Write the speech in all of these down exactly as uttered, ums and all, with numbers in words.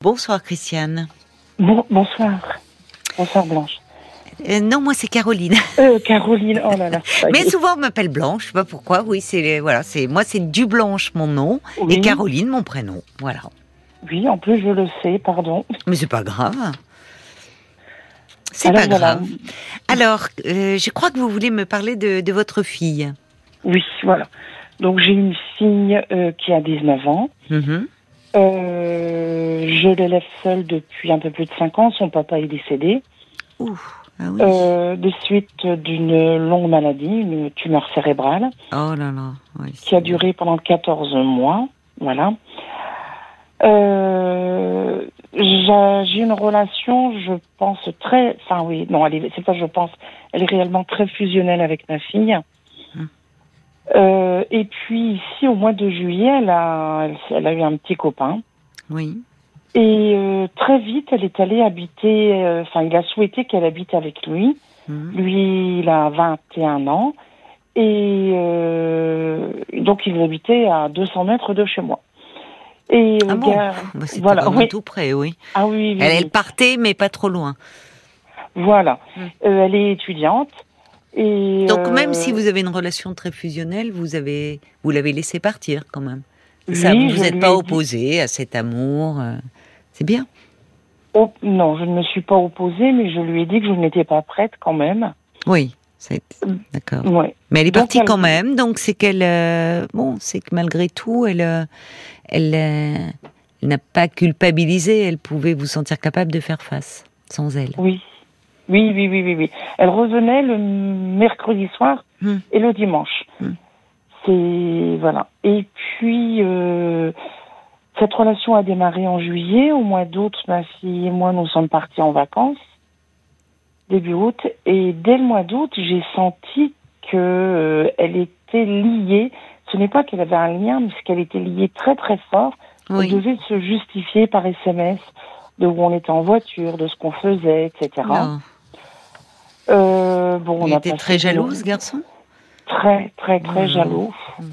Bonsoir Christiane. Bon, bonsoir. Bonsoir Blanche. Euh, non, moi c'est Caroline. Euh, Caroline, oh là là. Mais souvent on m'appelle Blanche, je sais pas pourquoi. Oui, c'est voilà, c'est moi c'est du Blanche mon nom Oui. et Caroline mon prénom. Voilà. Oui, en plus je le sais, pardon. Mais c'est pas grave. C'est Alors, pas voilà. grave. Alors, euh, je crois que vous voulez me parler de, de votre fille. Oui, voilà. Donc j'ai une fille euh, qui a dix-neuf ans. Mm-hmm. Euh, je l'élève seule depuis un peu plus de cinq ans. Son papa est décédé. Ouh, ah oui. Euh, de suite d'une longue maladie, une tumeur cérébrale, Oh là là. Oui, qui a duré pendant quatorze mois. Voilà. Euh, j'ai, j'ai une relation, je pense, très... Enfin oui, non, elle est, c'est pas je pense, elle est réellement très fusionnelle avec ma fille. Hum. Euh, et puis ici, au mois de juillet, elle a, elle, elle a eu un petit copain. Oui. Et euh, très vite, elle est allée habiter... Enfin, euh, il a souhaité qu'elle habite avec lui. Hum. Lui, il a vingt et un ans. Et euh, donc, il habitait à deux cents mètres de chez moi. Et Ah euh, bon gare, bah, c'était voilà, vraiment oui. tout près, oui. Ah oui, oui, Elle, oui. elle partait, mais pas trop loin. Voilà. Mm. Euh, elle est étudiante. Et Donc euh, même si vous avez une relation très fusionnelle, vous avez, vous l'avez laissé partir quand même. C'est oui, ça, vous ne je vous êtes lui pas ai dit- opposé à cet amour. euh, C'est bien. oh, non, je ne me suis pas opposée, mais je lui ai dit que je n'étais pas prête quand même. Oui, c'est d'accord. Ouais. Mais elle est Donc, partie elle- quand même, donc c'est qu'elle, euh, bon, c'est que malgré tout, elle, euh, elle, euh, elle n'a pas culpabilisé. Elle pouvait vous sentir capable de faire face sans elle. Oui. Oui, oui, oui, oui, oui. Elle revenait le mercredi soir Hmm. et le dimanche. Hmm. C'est voilà. Et puis euh, cette relation a démarré en juillet. Au mois d'août, ma fille et moi nous sommes partis en vacances début août. Et dès le mois d'août, j'ai senti que euh, elle était liée. Ce n'est pas qu'elle avait un lien, mais c'est qu'elle était liée très très fort. Oui. Elle devait se justifier par S M S de où on était en voiture, de ce qu'on faisait, et cetera. Non. Euh, bon, on Il a était passé très des- jaloux, ce garçon. Très, très, très Mmh. jaloux. Mmh.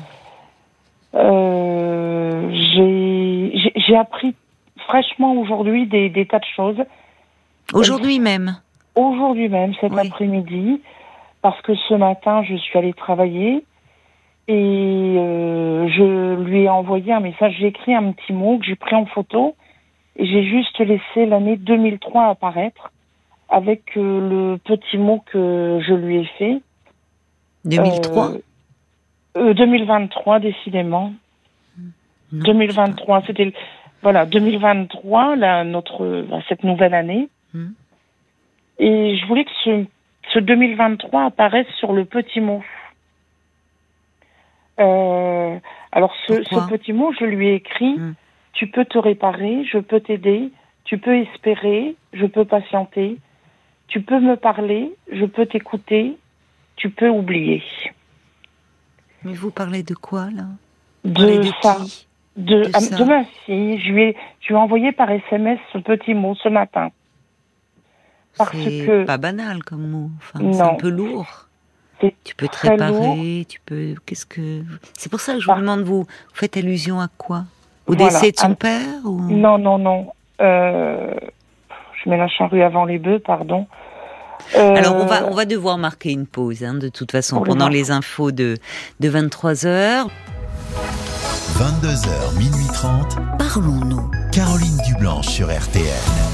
Euh, j'ai, j'ai, j'ai appris fraîchement aujourd'hui des, des tas de choses. Aujourd'hui même. Aujourd'hui même, cet Oui. après-midi, parce que ce matin, je suis allée travailler et euh, je lui ai envoyé un message. J'ai écrit un petit mot que j'ai pris en photo et j'ai juste laissé l'année deux mille trois apparaître avec euh, le petit mot que je lui ai fait. deux mille trois. Euh, euh, deux mille vingt-trois, décidément. Non, deux mille vingt-trois, c'était le- voilà deux mille vingt-trois, là, notre bah, cette nouvelle année. Hmm. Et je voulais que ce, ce deux mille vingt-trois apparaisse sur le petit mot. Euh, alors ce, Pourquoi ce petit mot, je lui ai écrit Hmm. tu peux te réparer, je peux t'aider, tu peux espérer, je peux patienter, tu peux me parler, je peux t'écouter, tu peux oublier. Mais vous parlez de quoi là Vous parlez De de ça. qui De, De ah, ça. de ma fille, je lui, ai, je lui ai envoyé par S M S ce petit mot ce matin. Parce C'est que pas banal comme mot. Enfin, c'est Non. un peu lourd. c'est Tu peux te très réparer, lourd. tu peux. Qu'est-ce que C'est pour ça que je vous Par- demande, vous, vous faites allusion à quoi Au Voilà. décès de son Ah, père ou... Non, non, non. Euh, je mets la charrue avant les bœufs, pardon. Euh, Alors on va on va devoir marquer une pause, hein, de toute façon, Pour les pendant infos. les infos de de vingt-trois heures. vingt-deux heures, minuit trente, Parlons-nous. Caroline Dublanche sur R T L.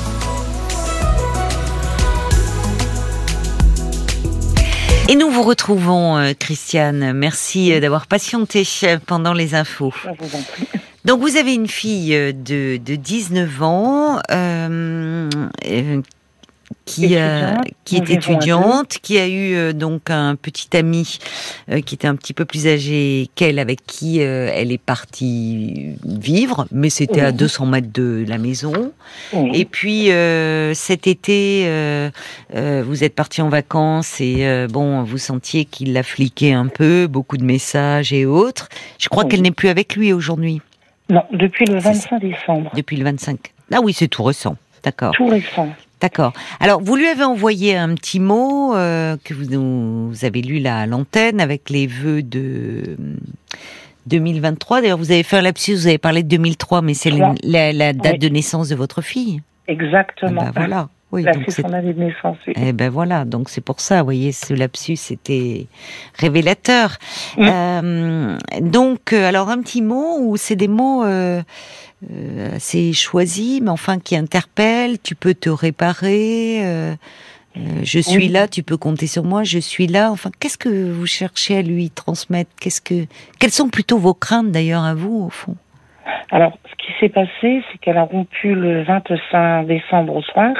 Et nous vous retrouvons, euh, Christiane. Merci euh, d'avoir patienté euh, pendant les infos. Je vous en prie. Donc vous avez une fille euh, de, de dix-neuf ans euh, euh, qui, euh, Étudiante, qui est environ étudiante, qui a eu euh, donc un petit ami euh, qui était un petit peu plus âgé qu'elle, avec qui euh, elle est partie vivre, mais c'était à Oui. deux cents mètres de la maison. Oui. Et puis euh, cet été, euh, euh, vous êtes partis en vacances et euh, bon, vous sentiez qu'il la fliquait un peu, beaucoup de messages et autres. Je crois Oui. qu'elle n'est plus avec lui aujourd'hui, Non, depuis le C'est vingt-cinq décembre. depuis le vingt-cinq. Ah oui, c'est tout récent. D'accord. Tout récent. D'accord. Alors, vous lui avez envoyé un petit mot euh, que vous, vous avez lu là à l'antenne avec les vœux de deux mille vingt-trois, d'ailleurs, vous avez fait un lapsus, vous avez parlé de deux mille trois, mais c'est la, la, la date oui. de naissance de votre fille. Exactement. Eh ben voilà. Oui, Là, donc c'est son année de naissance. Oui. Eh ben voilà, donc c'est pour ça, vous voyez, ce lapsus était révélateur. Mmh. Euh, donc, alors un petit mot, ou c'est des mots euh, euh, assez choisis, mais enfin qui interpellent, tu peux te réparer, euh, euh, je suis oui. là, tu peux compter sur moi, je suis là, enfin, qu'est-ce que vous cherchez à lui transmettre? Qu'est-ce que, quelles sont plutôt vos craintes d'ailleurs à vous, au fond? Alors, ce qui s'est passé, c'est qu'elle a rompu le vingt-cinq décembre au soir.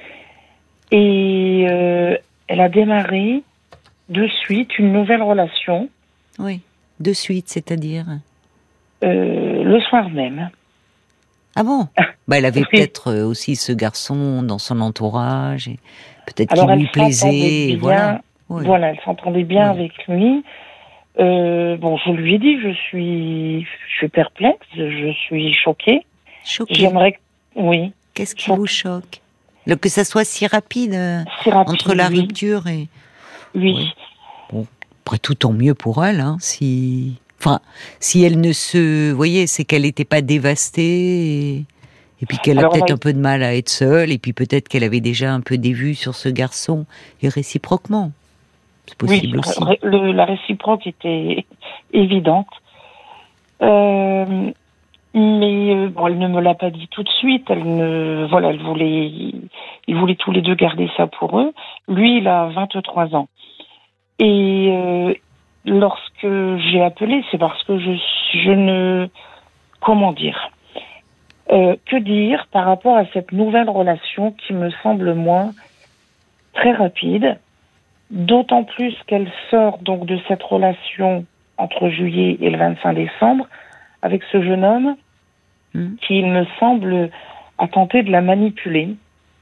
Et euh, elle a démarré de suite une nouvelle relation. Oui, de suite, c'est-à-dire euh, le soir même. Ah bon? Bah, elle avait oui. peut-être aussi ce garçon dans son entourage, et peut-être qu'il lui plaisait. Bien, voilà. Oui. voilà, elle s'entendait bien oui. avec lui. Euh, bon, je lui ai dit, je suis, je suis perplexe, je suis choquée. Choquée. J'aimerais, oui. Qu'est-ce qui Choquée. vous choque? Le, que ça soit si rapide, si rapide entre la oui. rupture et... Oui. oui. Bon, après tout, tant mieux pour elle, hein, si... Enfin, si elle ne se... Vous voyez, c'est qu'elle n'était pas dévastée, et, et puis qu'elle a Alors, peut-être a... un peu de mal à être seule, et puis peut-être qu'elle avait déjà un peu des vues sur ce garçon, et réciproquement. C'est possible oui, aussi. Le, la réciproque était évidente. Euh... Mais euh, bon, elle ne me l'a pas dit tout de suite. Elle ne, voilà, elle voulait, ils voulaient tous les deux garder ça pour eux. Lui, il a vingt-trois ans. Et euh, lorsque j'ai appelé, c'est parce que je, je ne, comment dire, euh, que dire par rapport à cette nouvelle relation qui me semble moi très rapide. D'autant plus qu'elle sort donc de cette relation entre juillet et le vingt-cinq décembre. Avec ce jeune homme mmh. qui, il me semble, a tenté de la manipuler.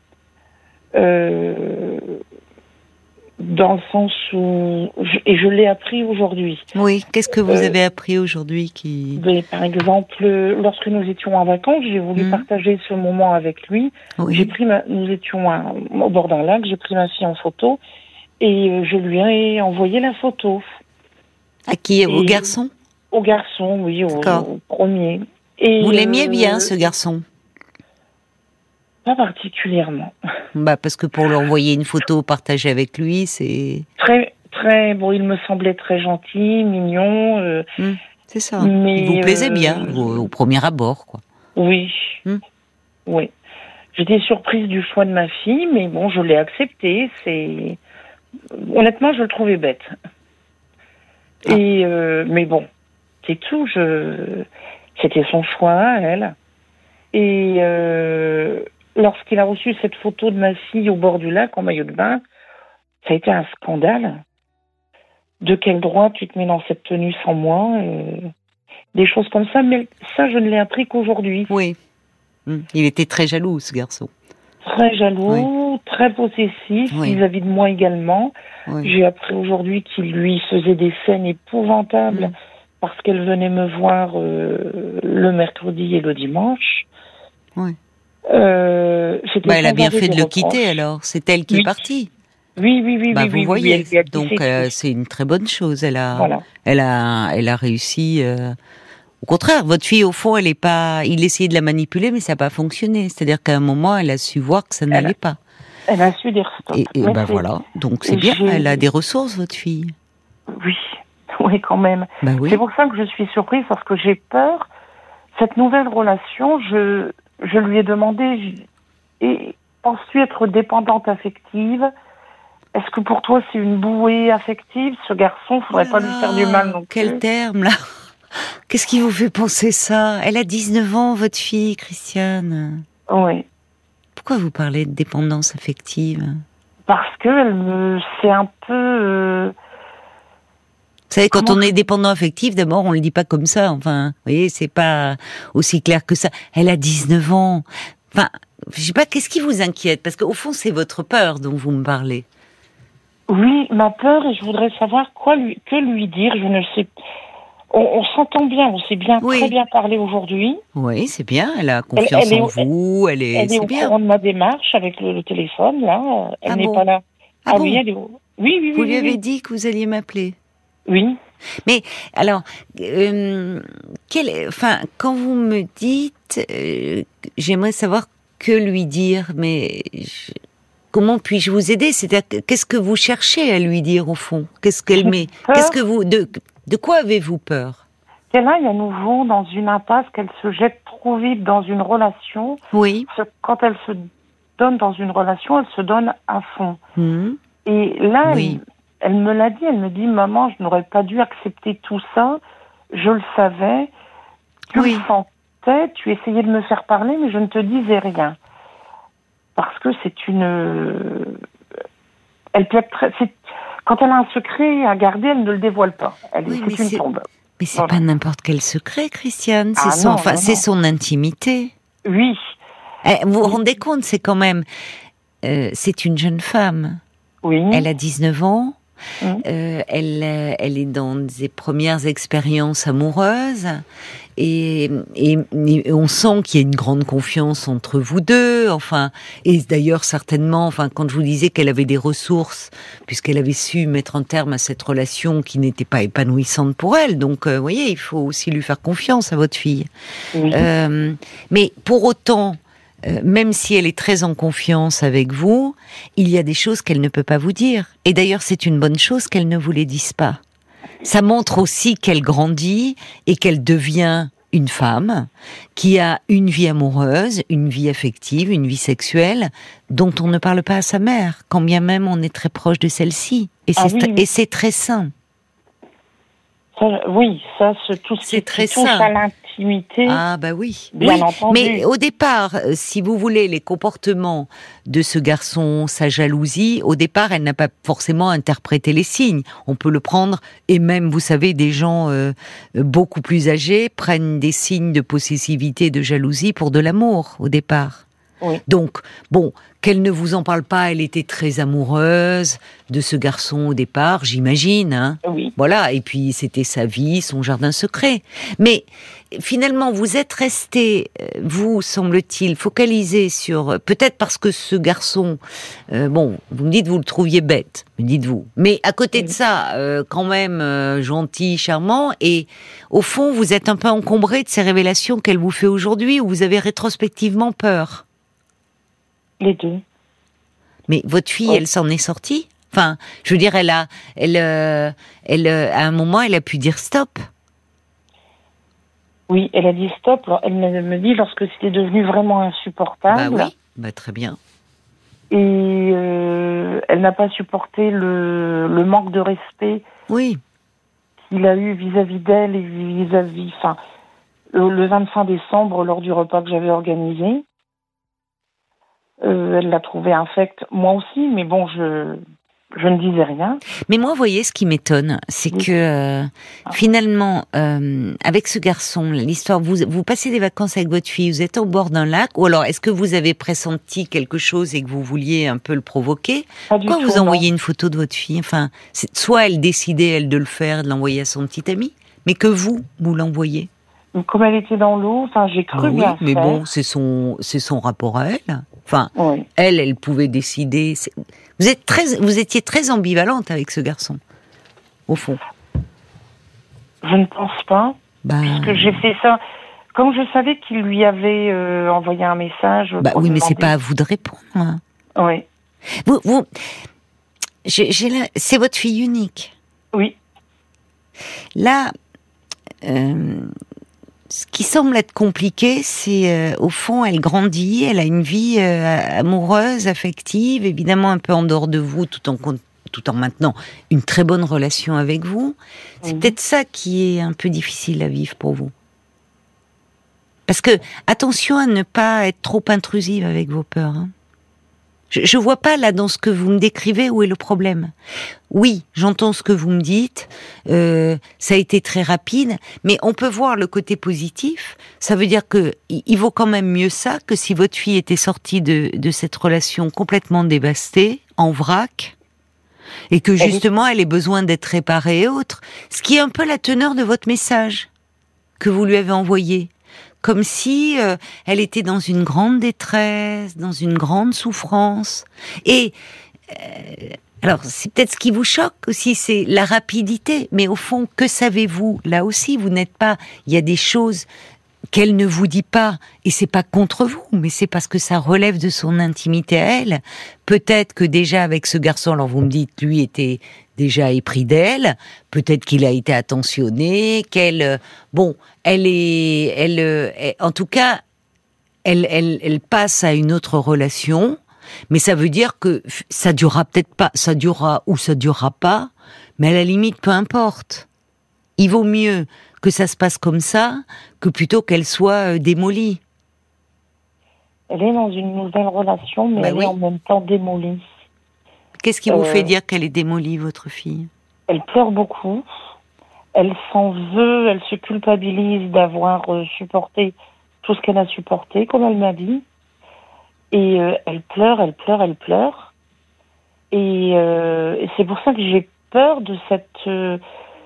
Euh, dans le sens où... Je, et je l'ai appris aujourd'hui. Oui, qu'est-ce que vous euh, avez appris aujourd'hui qui... mais, par exemple, lorsque nous étions en vacances, j'ai voulu mmh. partager ce moment avec lui. Oui. J'ai pris ma, nous étions à, au bord d'un lac, j'ai pris ma fille en photo et je lui ai envoyé la photo. À qui? Au garçon? Au garçon, oui, au, au premier. Et vous l'aimiez euh, bien, ce garçon? Pas particulièrement. Bah, parce que pour lui envoyer une photo partagée avec lui, c'est... Très, très, bon, il me semblait très gentil, mignon. Euh, mmh, c'est ça. Mais, il vous plaisait euh, bien, au, au premier abord, quoi. Oui. Mmh. Oui. J'étais surprise du choix de ma fille, mais bon, je l'ai accepté. C'est... Honnêtement, je le trouvais bête. Ah. Et, euh, mais bon. C'est tout, je... c'était son choix, elle. Et euh, lorsqu'il a reçu cette photo de ma fille au bord du lac, en maillot de bain, ça a été un scandale. De quel droit tu te mets dans cette tenue sans moi euh, des choses comme ça, mais ça, je ne l'ai appris qu'aujourd'hui. Oui. Mmh. Il était très jaloux, ce garçon. Très jaloux, oui. Très possessif, oui. Vis-à-vis de moi également. Oui. J'ai appris aujourd'hui qu'il lui faisait des scènes épouvantables, mmh. parce qu'elle venait me voir euh, le mercredi et le dimanche. Oui. Euh, bah, elle a bien fait de le reproches. quitter alors. C'est elle qui oui. est partie. Oui, oui, oui, bah, oui. Vous oui, voyez. Oui, donc euh, c'est une très bonne chose. Elle a, voilà. elle a, elle a réussi. Euh... Au contraire, votre fille au fond, elle est pas. Il essayait de la manipuler, mais ça n'a pas fonctionné. C'est-à-dire qu'à un moment, elle a su voir que ça elle n'allait a... pas. Elle a su dire stop. Et, et bah voilà. Donc c'est bien. Elle a des ressources, votre fille. Oui. Oui, quand même. Bah oui. C'est pour ça que je suis surprise, parce que j'ai peur. Cette nouvelle relation, je, je lui ai demandé, je, et penses-tu être dépendante affective? Est-ce que pour toi c'est une bouée affective? Ce garçon, faudrait oh pas lui faire du mal non plus. Quel terme là? Qu'est-ce qui vous fait penser ça? Elle a dix-neuf ans, votre fille, Christiane. Oui. Pourquoi vous parlez de dépendance affective? Parce que elle me, c'est un peu. Euh, Vous savez, quand on est dépendant affectif, d'abord, on le dit pas comme ça. Enfin, vous voyez, c'est pas aussi clair que ça. Elle a dix-neuf ans. Enfin, je sais pas, qu'est-ce qui vous inquiète? Parce qu'au fond, c'est votre peur dont vous me parlez. Oui, ma peur, et je voudrais savoir quoi lui, que lui dire. Je ne sais. On, on s'entend bien, on s'est bien, oui. très bien parlé aujourd'hui. Oui, c'est bien. Elle a confiance elle, elle en est, vous. Elle est. Elle est, c'est au bien. courant de ma démarche avec le, le téléphone là. Elle ah n'est bon pas là. Ah, ah bon oui, elle est. Au... Oui, oui, oui. Vous lui oui, avez oui. dit que vous alliez m'appeler? Oui. Mais alors, euh, quel, enfin, quand vous me dites, euh, j'aimerais savoir que lui dire, mais je, comment puis-je vous aider? C'est-à-dire, qu'est-ce que vous cherchez à lui dire au fond? Qu'est-ce qu'elle met? Qu'est-ce que vous, de, de quoi avez-vous peur? Qu'elle aille à nouveau dans une impasse, qu'elle se jette trop vite dans une relation. Oui. Quand elle se donne dans une relation, elle se donne à fond. Mmh. Et là, Oui. elle, elle me l'a dit, elle me dit, maman, je n'aurais pas dû accepter tout ça. Je le savais. Tu Oui. le sentais, tu essayais de me faire parler, mais je ne te disais rien. Parce que c'est une... Elle peut être très... c'est... Quand elle a un secret à garder, elle ne le dévoile pas. Elle Oui, c'est une c'est... tombe. Mais c'est Voilà. pas n'importe quel secret, Christiane. C'est Ah son, non, enfin, non, c'est non. son intimité. Oui. Eh, vous vous Oui. rendez compte, c'est quand même, euh, c'est une jeune femme. Oui. Elle a dix-neuf ans. Mmh. Euh, elle, euh, elle est dans ses premières expériences amoureuses et, et, et on sent qu'il y a une grande confiance entre vous deux. Enfin, et d'ailleurs certainement, enfin, quand je vous disais qu'elle avait des ressources, puisqu'elle avait su mettre un terme à cette relation qui n'était pas épanouissante pour elle. Donc, euh, vous voyez, il faut aussi lui faire confiance à votre fille. Oui. Euh, mais pour autant. Euh, même si elle est très en confiance avec vous, il y a des choses qu'elle ne peut pas vous dire. Et d'ailleurs, c'est une bonne chose qu'elle ne vous les dise pas. Ça montre aussi qu'elle grandit et qu'elle devient une femme qui a une vie amoureuse, une vie affective, une vie sexuelle dont on ne parle pas à sa mère, quand bien même on est très proche de celle-ci. Et c'est, Ah oui, oui. et c'est très sain. Ça, oui, ça, c'est tout ce C'est qui, très qui touche sain. à l'intimité. Ah bah oui, Bien oui. entendu. Mais au départ, euh, si vous voulez, les comportements de ce garçon, sa jalousie, au départ, elle n'a pas forcément interprété les signes. On peut le prendre, et même, vous savez, des gens euh, beaucoup plus âgés prennent des signes de possessivité, de jalousie pour de l'amour, au départ. Oui. Donc, bon, qu'elle ne vous en parle pas, elle était très amoureuse de ce garçon au départ, j'imagine, hein. Oui. Voilà, et puis c'était sa vie, son jardin secret. Mais finalement, vous êtes resté, euh, vous, semble-t-il, focalisé sur... Peut-être parce que ce garçon... euh, bon, vous me dites vous le trouviez bête, me dites-vous. Mais à côté Oui. de ça, euh, quand même euh, gentil, charmant, et au fond, vous êtes un peu encombré de ces révélations qu'elle vous fait aujourd'hui, où vous avez rétrospectivement peur. Les deux. Mais votre fille, Ouais. elle s'en est sortie? Enfin, je veux dire, elle a, elle, euh, elle, euh, à un moment, elle a pu dire stop. Oui, elle a dit stop. Alors, elle me me dit lorsque c'était devenu vraiment insupportable. Bah oui, bah très bien. Et euh, elle n'a pas supporté le, le manque de respect Oui, qu'il a eu vis-à-vis d'elle et vis-à-vis... Enfin, le, le vingt-cinq décembre, lors du repas que j'avais organisé, euh, elle l'a trouvé infect. Moi aussi, mais bon, je... Je ne disais rien. mais moi, vous voyez, ce qui m'étonne, c'est Oui. que euh, finalement, euh, avec ce garçon, l'histoire, vous vous passez des vacances avec votre fille, vous êtes au bord d'un lac, ou alors est-ce que vous avez pressenti quelque chose et que vous vouliez un peu le provoquer? Pas du Pourquoi tout, vous non. envoyez une photo de votre fille? Enfin, c'est, soit elle décidait elle de le faire, de l'envoyer à son petit ami, mais que vous, vous l'envoyez. Comme elle était dans l'eau, enfin, j'ai cru Bah oui, bien mais faire. bon, c'est son, c'est son rapport à elle. Enfin, Oui. elle, elle pouvait décider. C'est- Vous êtes très, vous étiez très ambivalente avec ce garçon, au fond. Je ne pense pas, Bah, puisque j'ai fait ça. Comme je savais qu'il lui avait euh, envoyé un message. bah pour oui, lui mais c'est demander- pas à vous de répondre. hein. Oui. Vous, vous, j'ai, j'ai la- c'est votre fille unique. Oui. Là, euh, ce qui semble être compliqué, c'est euh, au fond, elle grandit, elle a une vie euh, amoureuse, affective, évidemment un peu en dehors de vous, tout en con- tout en maintenant une très bonne relation avec vous. C'est Mhm. peut-être ça qui est un peu difficile à vivre pour vous. Parce que attention à ne pas être trop intrusive avec vos peurs. hein. Je, je vois pas là dans ce que vous me décrivez où est le problème. Oui, j'entends ce que vous me dites. Euh, ça a été très rapide, mais on peut voir le côté positif. Ça veut dire que il, il vaut quand même mieux ça que si votre fille était sortie de, de cette relation complètement dévastée, en vrac, et que justement elle ait besoin d'être réparée et autres. Ce qui est un peu la teneur de votre message que vous lui avez envoyé. Comme si euh, elle était dans une grande détresse, dans une grande souffrance. Et euh, Alors, c'est peut-être ce qui vous choque aussi, c'est la rapidité. Mais au fond, que savez-vous? Là aussi, vous n'êtes pas... Il y a des choses qu'elle ne vous dit pas, et c'est pas contre vous, mais c'est parce que ça relève de son intimité à elle. Peut-être que déjà avec ce garçon, alors vous me dites, lui était déjà épris d'elle, peut-être qu'il a été attentionné, qu'elle... Bon, elle est... Elle, elle, en tout cas, elle, elle, elle passe à une autre relation... Mais ça veut dire que ça durera peut-être pas, ça durera ou ça durera pas, mais à la limite, peu importe. Il vaut mieux que ça se passe comme ça, que plutôt qu'elle soit démolie. Elle est dans une nouvelle relation, mais bah elle oui. est en même temps démolie. Qu'est-ce qui euh, vous fait dire qu'elle est démolie, votre fille? Elle pleure beaucoup, elle s'en veut, elle se culpabilise d'avoir supporté tout ce qu'elle a supporté, comme elle m'a dit. Et euh, elle pleure, elle pleure, elle pleure. Et, euh, et c'est pour ça que j'ai peur de cette... Euh,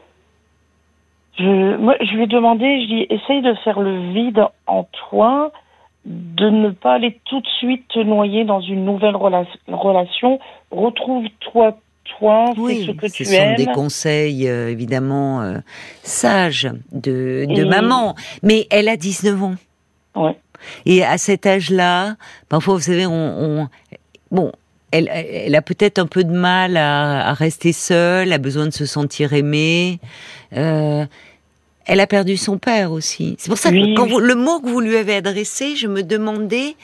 je, moi, je lui ai demandé, je dis, essaye de faire le vide en toi, de ne pas aller tout de suite te noyer dans une nouvelle rela- relation. Retrouve-toi, toi, oui, c'est ce que tu ce sont aimes. des conseils, euh, évidemment, euh, sages de, de et... maman. Mais elle a dix-neuf ans. Ouais. Et à cet âge-là, parfois, vous savez, on, on bon, elle, elle a peut-être un peu de mal à, à rester seule, a besoin de se sentir aimée. Euh, elle a perdu son père aussi. C'est pour ça oui, que quand oui. vous, le mot que vous lui avez adressé, je me demandais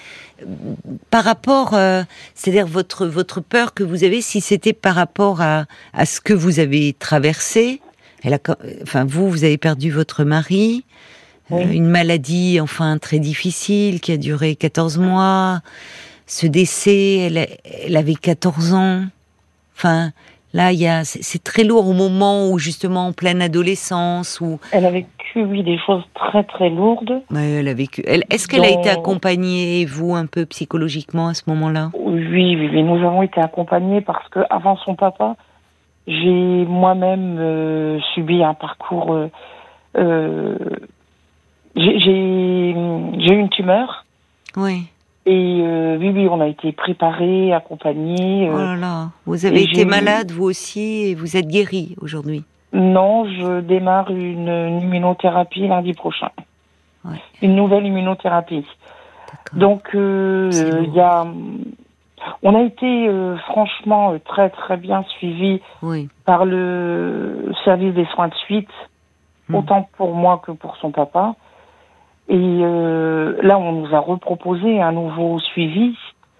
par rapport, euh, c'est-à-dire votre votre peur que vous avez, si c'était par rapport à à ce que vous avez traversé. Elle a, enfin, vous, vous avez perdu votre mari. Oui. Euh, une maladie, enfin, très difficile, qui a duré quatorze mois. Ce décès, elle, elle avait quatorze ans. Enfin, là, il y a, c'est, c'est très lourd au moment où, justement, en pleine adolescence, où... Elle a vécu, oui, des choses très, très lourdes. Ouais, elle a vécu. Elle, est-ce qu'elle Donc... a été accompagnée, vous, un peu psychologiquement, à ce moment-là? Oui, oui, oui. Nous avons été accompagnés parce que, avant son papa, j'ai moi-même euh, subi un parcours... Euh, euh, J'ai, j'ai, j'ai eu une tumeur. Oui. Et euh, oui, oui, on a été préparés, accompagnés. Euh, oh là là. Vous avez été malade, vous aussi, et vous êtes guérie aujourd'hui? Non, je démarre une, une immunothérapie lundi prochain. Ouais. Une nouvelle immunothérapie. D'accord. Donc, il euh, euh, y a... On a été euh, franchement très, très bien suivis oui. par le service des soins de suite, hum. autant pour moi que pour son papa. Et euh, là, on nous a reproposé un nouveau suivi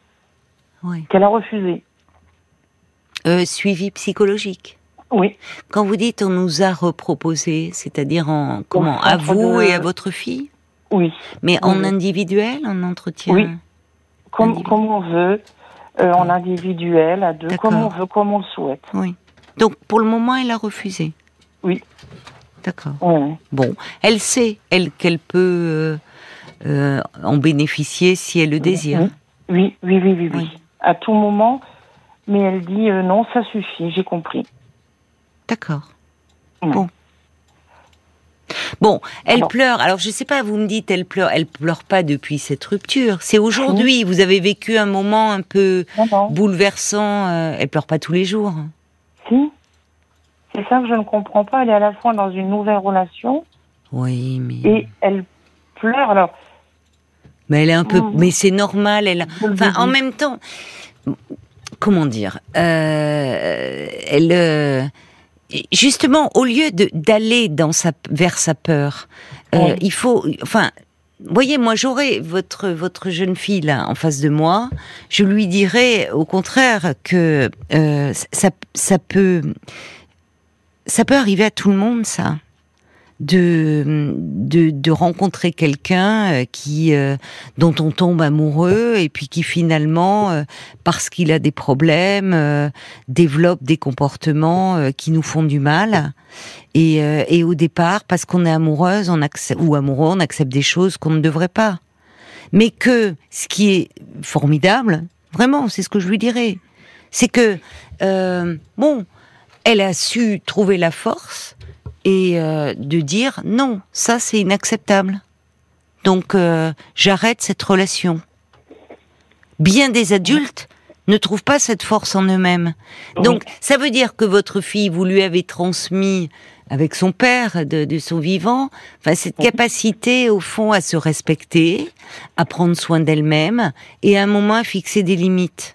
oui. qu'elle a refusé. Euh, suivi psychologique? Oui. Quand vous dites on nous a reproposé, c'est-à-dire en comment, à vous de... et à votre fille? Oui. Mais oui. en individuel, en entretien? Oui. Comme, comme on veut, euh, en individuel, à deux, D'accord. comme on veut, comme on le souhaite. Oui. Donc pour le moment, elle a refusé? Oui. D'accord. Ouais. Bon, elle sait, elle, qu'elle peut euh, euh, en bénéficier si elle le désire. Oui, oui, oui, oui, oui. oui. À tout moment, mais elle dit euh, non, ça suffit, j'ai compris. D'accord. Ouais. Bon. Bon, elle Alors. pleure. Alors, je sais pas, vous me dites, elle pleure. Elle pleure pas depuis cette rupture. C'est aujourd'hui. Mmh. Vous avez vécu un moment un peu non, non. bouleversant. Euh, elle pleure pas tous les jours. Si. C'est ça que je ne comprends pas. Elle est à la fois dans une nouvelle relation. Oui, mais... Et elle pleure, alors... Mais elle est un peu... Mmh. Mais c'est normal, elle... Enfin, en même temps... Comment dire euh, Elle... Euh... Justement, au lieu de, d'aller dans sa, vers sa peur, euh, oui. il faut... Enfin... Vous voyez, moi, j'aurais votre votre jeune fille là en face de moi. Je lui dirais, au contraire, que euh, ça ça peut... Ça peut arriver à tout le monde, ça, de de, de rencontrer quelqu'un qui euh, dont on tombe amoureux et puis qui finalement, euh, parce qu'il a des problèmes, euh, développe des comportements euh, qui nous font du mal. Et, euh, et au départ, parce qu'on est amoureuse, on accepte, ou amoureux, on accepte des choses qu'on ne devrait pas. Mais que ce qui est formidable, vraiment, c'est ce que je lui dirais, c'est que euh, bon. Elle a su trouver la force et euh, de dire non, ça c'est inacceptable. Donc euh, j'arrête cette relation. Bien des adultes ne trouvent pas cette force en eux-mêmes. Oui. Donc, ça veut dire que votre fille, vous lui avez transmis avec son père de, de son vivant, enfin cette oui. capacité au fond à se respecter, à prendre soin d'elle-même et à un moment à fixer des limites.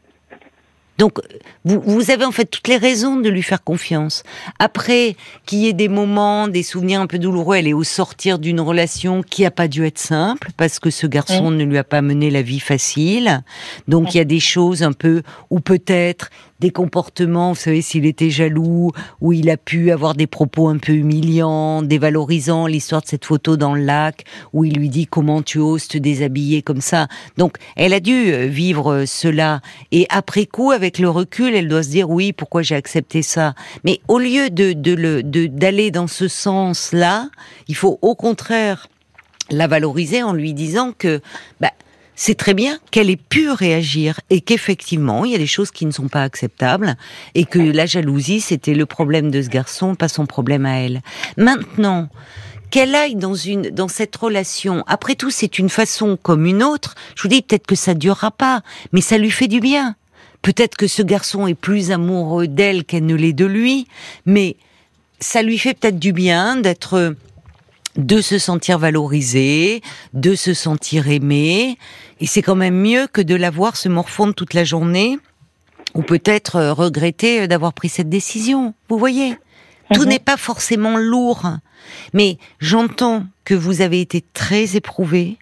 Donc, vous, vous avez en fait toutes les raisons de lui faire confiance. Après, qu'il y ait des moments, des souvenirs un peu douloureux, elle est au sortir d'une relation qui a pas dû être simple, parce que ce garçon mmh. ne lui a pas mené la vie facile. Donc, il y a des choses un peu, ou peut-être des comportements, vous savez, s'il était jaloux, où il a pu avoir des propos un peu humiliants, dévalorisants, l'histoire de cette photo dans le lac, où il lui dit « Comment tu oses te déshabiller comme ça ?» Donc, elle a dû vivre cela. Et après coup, avec le recul, elle doit se dire « Oui, pourquoi j'ai accepté ça ?» Mais au lieu de, de le, de, d'aller dans ce sens-là, il faut au contraire la valoriser en lui disant que... Bah, c'est très bien qu'elle ait pu réagir et qu'effectivement, il y a des choses qui ne sont pas acceptables et que la jalousie, c'était le problème de ce garçon, pas son problème à elle. Maintenant, qu'elle aille dans une dans cette relation, après tout, c'est une façon comme une autre. Je vous dis, peut-être que ça durera pas, mais ça lui fait du bien. Peut-être que ce garçon est plus amoureux d'elle qu'elle ne l'est de lui, mais ça lui fait peut-être du bien d'être... de se sentir valorisé, de se sentir aimé, et c'est quand même mieux que de la voir se morfondre toute la journée, ou peut-être regretter d'avoir pris cette décision. Vous voyez, mmh. tout n'est pas forcément lourd, mais j'entends que vous avez été très éprouvé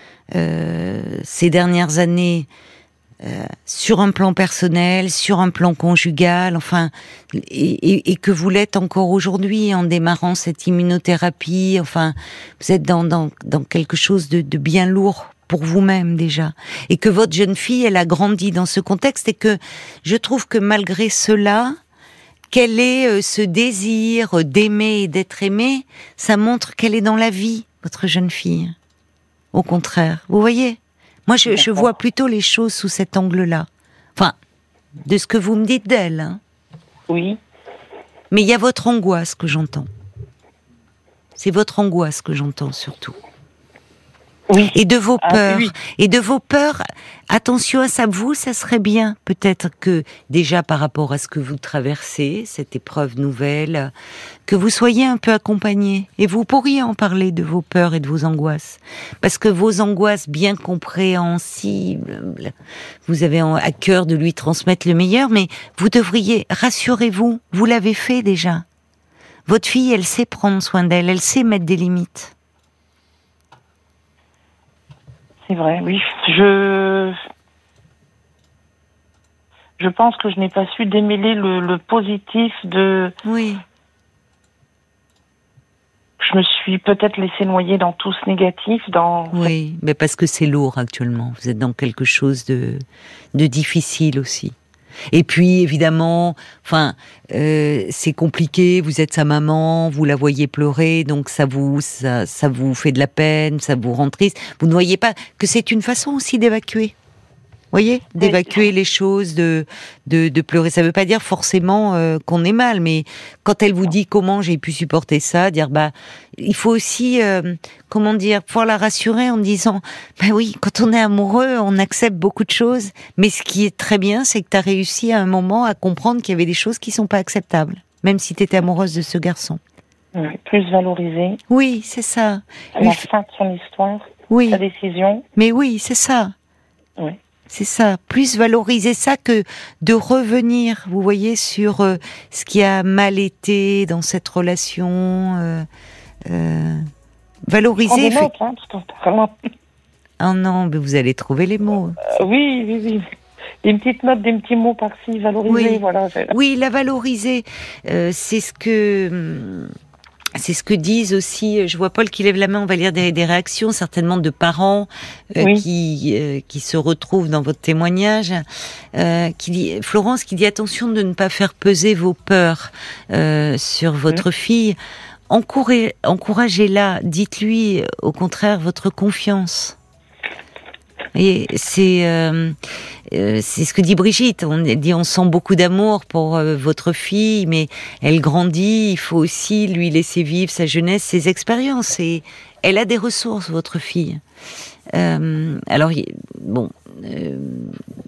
euh, ces dernières années. Euh, sur un plan personnel, sur un plan conjugal, enfin, et, et, et que vous l'êtes encore aujourd'hui en démarrant cette immunothérapie, enfin, vous êtes dans, dans, dans quelque chose de, de bien lourd pour vous-même déjà, et que votre jeune fille, elle a grandi dans ce contexte, et que je trouve que malgré cela, qu'elle ait euh, ce désir d'aimer et d'être aimée, ça montre qu'elle est dans la vie, votre jeune fille. Au contraire, vous voyez ? Moi, je, je vois plutôt les choses sous cet angle-là. Enfin, de ce que vous me dites d'elle. Hein. Oui. Mais il y a votre angoisse que j'entends. C'est votre angoisse que j'entends surtout. Oui. Et de vos peurs. Ah, oui. Et de vos peurs, attention à ça, vous, ça serait bien. Peut-être que, déjà par rapport à ce que vous traversez, cette épreuve nouvelle, que vous soyez un peu accompagné. Et vous pourriez en parler de vos peurs et de vos angoisses. Parce que vos angoisses bien compréhensibles, vous avez à cœur de lui transmettre le meilleur, mais vous devriez, rassurez-vous, vous l'avez fait déjà. Votre fille, elle sait prendre soin d'elle, elle sait mettre des limites. C'est vrai, oui. Je je pense que je n'ai pas su démêler le, le positif de... Oui. Je me suis peut-être laissée noyer dans tout ce négatif, dans... Oui, mais parce que c'est lourd actuellement. Vous êtes dans quelque chose de, de difficile aussi. Et puis, évidemment, enfin, euh, c'est compliqué, vous êtes sa maman, vous la voyez pleurer, donc ça vous, ça, ça vous fait de la peine, ça vous rend triste. Vous ne voyez pas que c'est une façon aussi d'évacuer. Voyez, d'évacuer les choses, de, de, de pleurer. Ça veut pas dire forcément euh, qu'on est mal, mais quand elle vous dit comment j'ai pu supporter ça, dire bah, il faut aussi, euh, comment dire, pouvoir la rassurer en disant, bah oui, quand on est amoureux, on accepte beaucoup de choses, mais ce qui est très bien, c'est que tu as réussi à un moment à comprendre qu'il y avait des choses qui sont pas acceptables, même si tu étais amoureuse de ce garçon. Oui, plus valorisée. Oui, c'est ça. À la fin de son histoire, oui. Sa décision. Mais oui, c'est ça. Oui. C'est ça, plus valoriser ça que de revenir, vous voyez, sur euh, ce qui a mal été dans cette relation. Euh, euh, valoriser. Fait... Notes, hein, vraiment... Ah non, mais vous allez trouver les mots. Euh, oui, oui, oui. Des petites notes, des petits mots par-ci, valoriser, oui. voilà. Oui, la valoriser, euh, c'est ce que... Hum, C'est ce que disent aussi, je vois Paul qui lève la main, on va lire des, des réactions certainement de parents euh, oui. qui euh, qui se retrouvent dans votre témoignage. Euh, qui dit, Florence qui dit attention de ne pas faire peser vos peurs euh, sur votre oui. fille. Encouragez, encouragez-la, dites-lui au contraire votre confiance. Et c'est euh, euh, c'est ce que dit Brigitte. On dit on sent beaucoup d'amour pour euh, votre fille, mais elle grandit. Il faut aussi lui laisser vivre sa jeunesse, ses expériences. Et elle a des ressources, votre fille. Euh, alors bon, euh,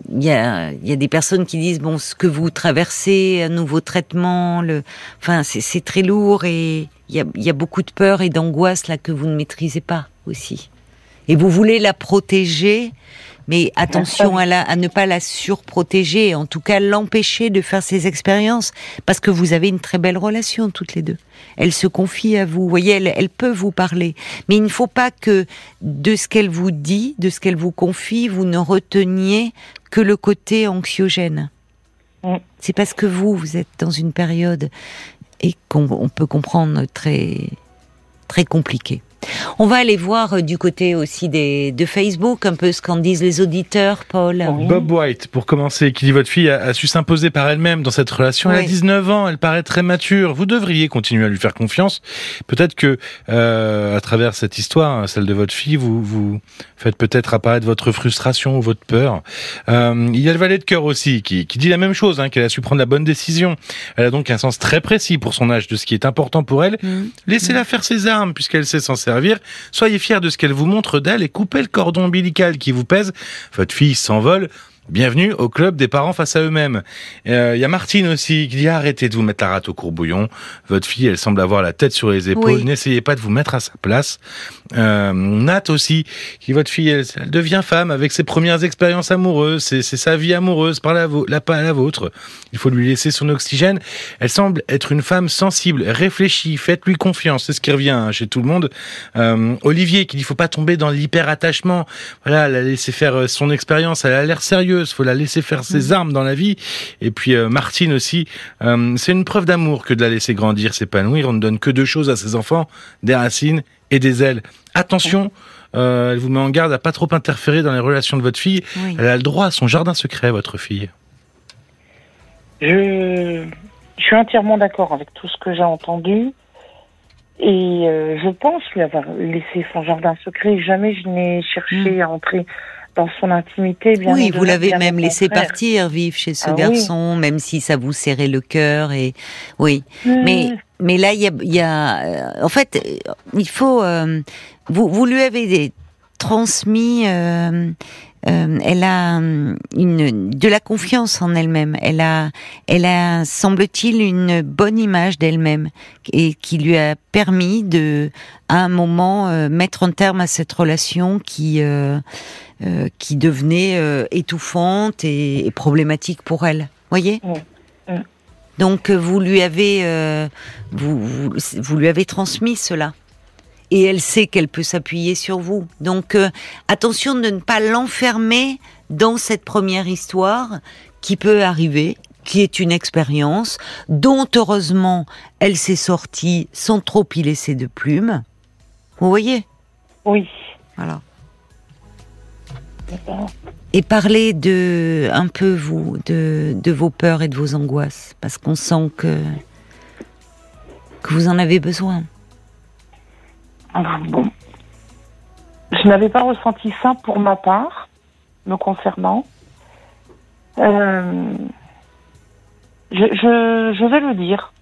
il y a, il y a des personnes qui disent bon, ce que vous traversez, un nouveau traitement, le, enfin, c'est, c'est très lourd et il y a, il y a beaucoup de peur et d'angoisse là que vous ne maîtrisez pas aussi. Et vous voulez la protéger, mais attention à, la, à ne pas la surprotéger, en tout cas l'empêcher de faire ses expériences, parce que vous avez une très belle relation toutes les deux. Elle se confie à vous, vous voyez, elle, elle peut vous parler, mais il ne faut pas que de ce qu'elle vous dit, de ce qu'elle vous confie, vous ne reteniez que le côté anxiogène. Mm. C'est parce que vous, vous êtes dans une période et qu'on on peut comprendre très, très compliquée. On va aller voir euh, du côté aussi des, de Facebook, un peu ce qu'en disent les auditeurs, Paul. Oui. Bob White, pour commencer, qui dit votre fille a, a su s'imposer par elle-même dans cette relation. Oui. Elle a dix-neuf ans, elle paraît très mature. Vous devriez continuer à lui faire confiance. Peut-être que, euh, à travers cette histoire, celle de votre fille, vous, vous faites peut-être apparaître votre frustration ou votre peur. Euh, il y a le valet de cœur aussi, qui, qui dit la même chose, hein, qu'elle a su prendre la bonne décision. Elle a donc un sens très précis pour son âge de ce qui est important pour elle. Mmh. Laissez-la mmh. faire ses armes, puisqu'elle sait s'en servir. Soyez fiers de ce qu'elle vous montre d'elle et coupez le cordon ombilical qui vous pèse. Votre fille s'envole. Bienvenue au club des parents face à eux-mêmes. Il euh, y a Martine aussi qui dit arrêtez de vous mettre la rate au courbouillon. Votre fille, elle semble avoir la tête sur les épaules. Oui. N'essayez pas de vous mettre à sa place. Euh, Nat aussi, qui votre fille, elle, elle devient femme avec ses premières expériences amoureuses. C'est, c'est sa vie amoureuse par la, vo- la, pas la vôtre. Il faut lui laisser son oxygène. Elle semble être une femme sensible, réfléchie. Faites-lui confiance. C'est ce qui revient hein, chez tout le monde. Euh, Olivier qui dit il faut pas tomber dans l'hyper-attachement. Voilà, elle a laissé faire son expérience. Elle a l'air sérieuse. Il faut la laisser faire ses armes dans la vie. Et puis euh, Martine aussi, euh, c'est une preuve d'amour que de la laisser grandir, s'épanouir. On ne donne que deux choses à ses enfants, des racines et des ailes. Attention, euh, elle vous met en garde à pas trop interférer dans les relations de votre fille. Oui. Elle a le droit à son jardin secret, votre fille. Je, je suis entièrement d'accord avec tout ce que j'ai entendu. Et euh, je pense lui avoir laissé son jardin secret. Jamais je n'ai cherché mmh. à entrer dans son intimité. Bien oui, vous l'avez même laissé partir, vivre chez ce ah, garçon, oui. même si ça vous serrait le cœur. Et oui, mmh. mais mais là il y a, il y a, en fait, il faut. Euh, vous vous lui avez transmis. Euh, euh, elle a une de la confiance en elle-même. Elle a, elle a, semble-t-il, une bonne image d'elle-même et qui lui a permis de, à un moment, euh, mettre un terme à cette relation qui. Euh, Euh, qui devenait euh, étouffante et, et problématique pour elle. Voyez ? Mmh. Mmh. Donc vous lui avez euh, vous, vous, vous lui avez transmis cela et elle sait qu'elle peut s'appuyer sur vous. Donc euh, attention de ne pas l'enfermer dans cette première histoire qui peut arriver, qui est une expérience dont heureusement elle s'est sortie sans trop y laisser de plumes. Vous voyez ? Oui. Voilà. Et parlez de un peu vous de de vos peurs et de vos angoisses parce qu'on sent que que vous en avez besoin. Bon, je n'avais pas ressenti ça pour ma part, me concernant. Euh, je je je vais le dire.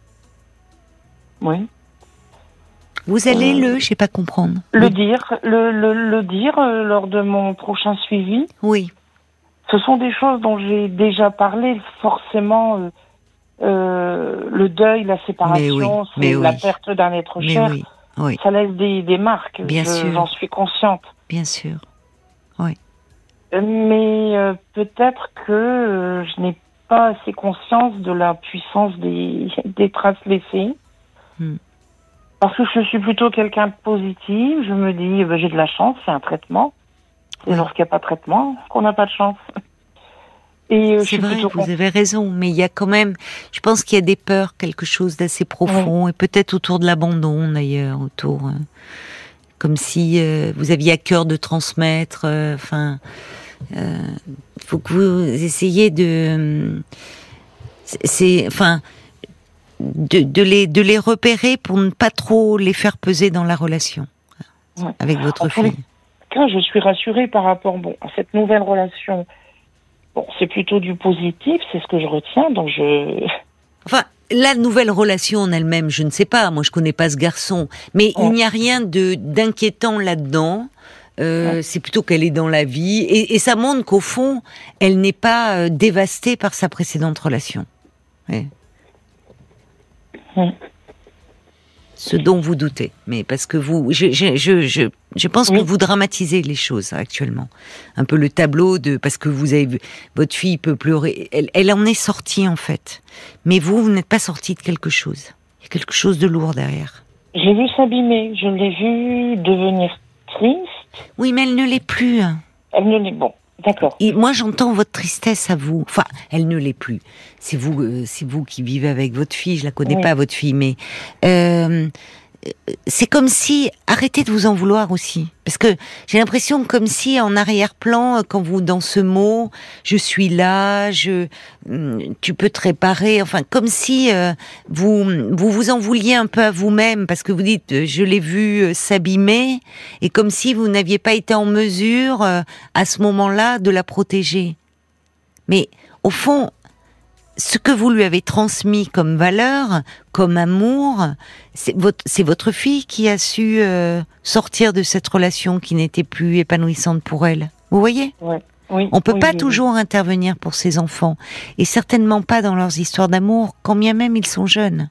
Oui. Vous allez euh, le, je sais pas comprendre. Le dire, le, le, le dire euh, lors de mon prochain suivi. Oui. Ce sont des choses dont j'ai déjà parlé, forcément, euh, euh, le deuil, la séparation, mais oui, mais la oui. perte d'un être mais cher. Oui, oui. Ça laisse des, des marques, Bien je, sûr. j'en suis consciente. Bien sûr, oui. Mais euh, peut-être que euh, je n'ai pas assez conscience de la puissance des, des traces laissées. Hmm. Parce que je suis plutôt quelqu'un de positif, je me dis, ben, j'ai de la chance, c'est un traitement. Et lorsqu'il n'y a pas de traitement, qu'on n'a pas de chance. Et, euh, c'est je suis vrai, plutôt vous con... avez raison, mais il y a quand même, je pense qu'il y a des peurs, quelque chose d'assez profond, oui. et peut-être autour de l'abandon d'ailleurs, autour, euh, comme si euh, vous aviez à cœur de transmettre, enfin, euh, il faut que vous essayiez de, c'est, enfin, De, de, les, de les repérer pour ne pas trop les faire peser dans la relation ouais. avec votre en fille. Quand je suis rassurée par rapport bon, à cette nouvelle relation, bon, c'est plutôt du positif, c'est ce que je retiens, donc je... Enfin, la nouvelle relation en elle-même, je ne sais pas, moi je connais pas ce garçon, mais ouais. il n'y a rien de, d'inquiétant là-dedans. Euh, Ouais. C'est plutôt qu'elle est dans la vie. Et, et ça montre qu'au fond, elle n'est pas euh, dévastée par sa précédente relation. Ouais. Mm. Ce dont vous doutez. Mais parce que vous... Je, je, je, je, je pense Oui. que vous dramatisez les choses actuellement. Un peu le tableau de... Parce que vous avez vu... Votre fille peut pleurer. Elle, elle en est sortie, en fait. Mais vous, vous n'êtes pas sortie de quelque chose. Il y a quelque chose de lourd derrière. J'ai vu s'abîmer, je l'ai vu devenir triste. Oui, mais elle ne l'est plus. Hein. Elle ne l'est... Bon, d'accord. Et moi, j'entends votre tristesse à vous. Enfin, elle ne l'est plus. C'est vous, euh, c'est vous qui vivez avec votre fille. Je la connais Oui. pas, votre fille, mais euh, c'est comme si arrêtez de vous en vouloir aussi, parce que j'ai l'impression comme si en arrière-plan, quand vous dans ce mot, je suis là, je, tu peux te réparer. Enfin, comme si euh, vous vous vous en vouliez un peu à vous-même, parce que vous dites je l'ai vu s'abîmer, et comme si vous n'aviez pas été en mesure euh, à ce moment-là de la protéger. Mais au fond, ce que vous lui avez transmis comme valeur, comme amour, c'est votre, c'est votre fille qui a su euh, sortir de cette relation qui n'était plus épanouissante pour elle. Vous voyez ? Ouais. Oui, On peut oui, pas oui, toujours intervenir pour ses enfants, et certainement pas dans leurs histoires d'amour, quand bien même ils sont jeunes.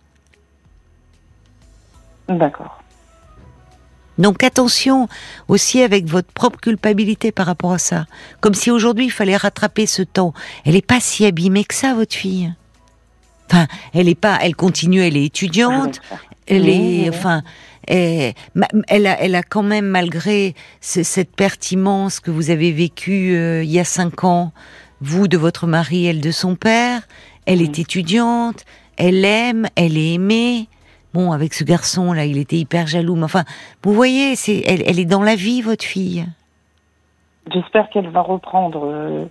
oui. D'accord. Donc attention aussi avec votre propre culpabilité par rapport à ça. Comme si aujourd'hui il fallait rattraper ce temps. Elle est pas si abîmée que ça, votre fille. Enfin, elle est pas, elle continue, elle est étudiante. Elle Oui, est, oui, oui. enfin, elle, elle a, elle a quand même malgré ce- cette pertinence que vous avez vécue euh, il y a cinq ans, vous de votre mari, elle de son père. Elle est Oui. étudiante, elle aime, elle est aimée. Bon, avec ce garçon-là, il était hyper jaloux. Mais enfin, vous voyez, c'est, elle, elle est dans la vie, votre fille. J'espère qu'elle va reprendre, euh,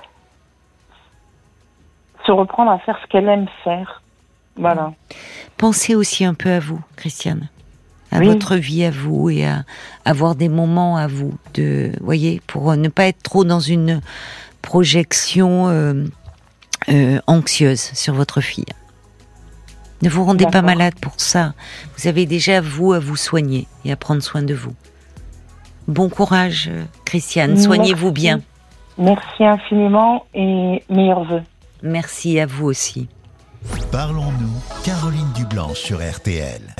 se reprendre à faire ce qu'elle aime faire. Voilà. Pensez aussi un peu à vous, Christiane. À Oui. votre vie à vous et à avoir des moments à vous. De, voyez, pour ne pas être trop dans une projection euh, euh, anxieuse sur votre fille. Ne vous rendez pas D'accord. malade pour ça. Vous avez déjà, vous, à vous soigner et à prendre soin de vous. Bon courage, Christiane. Soignez-vous Merci. bien. Merci infiniment et meilleurs vœux. Merci à vous aussi. Parlons-nous, Caroline Dublanche sur R T L.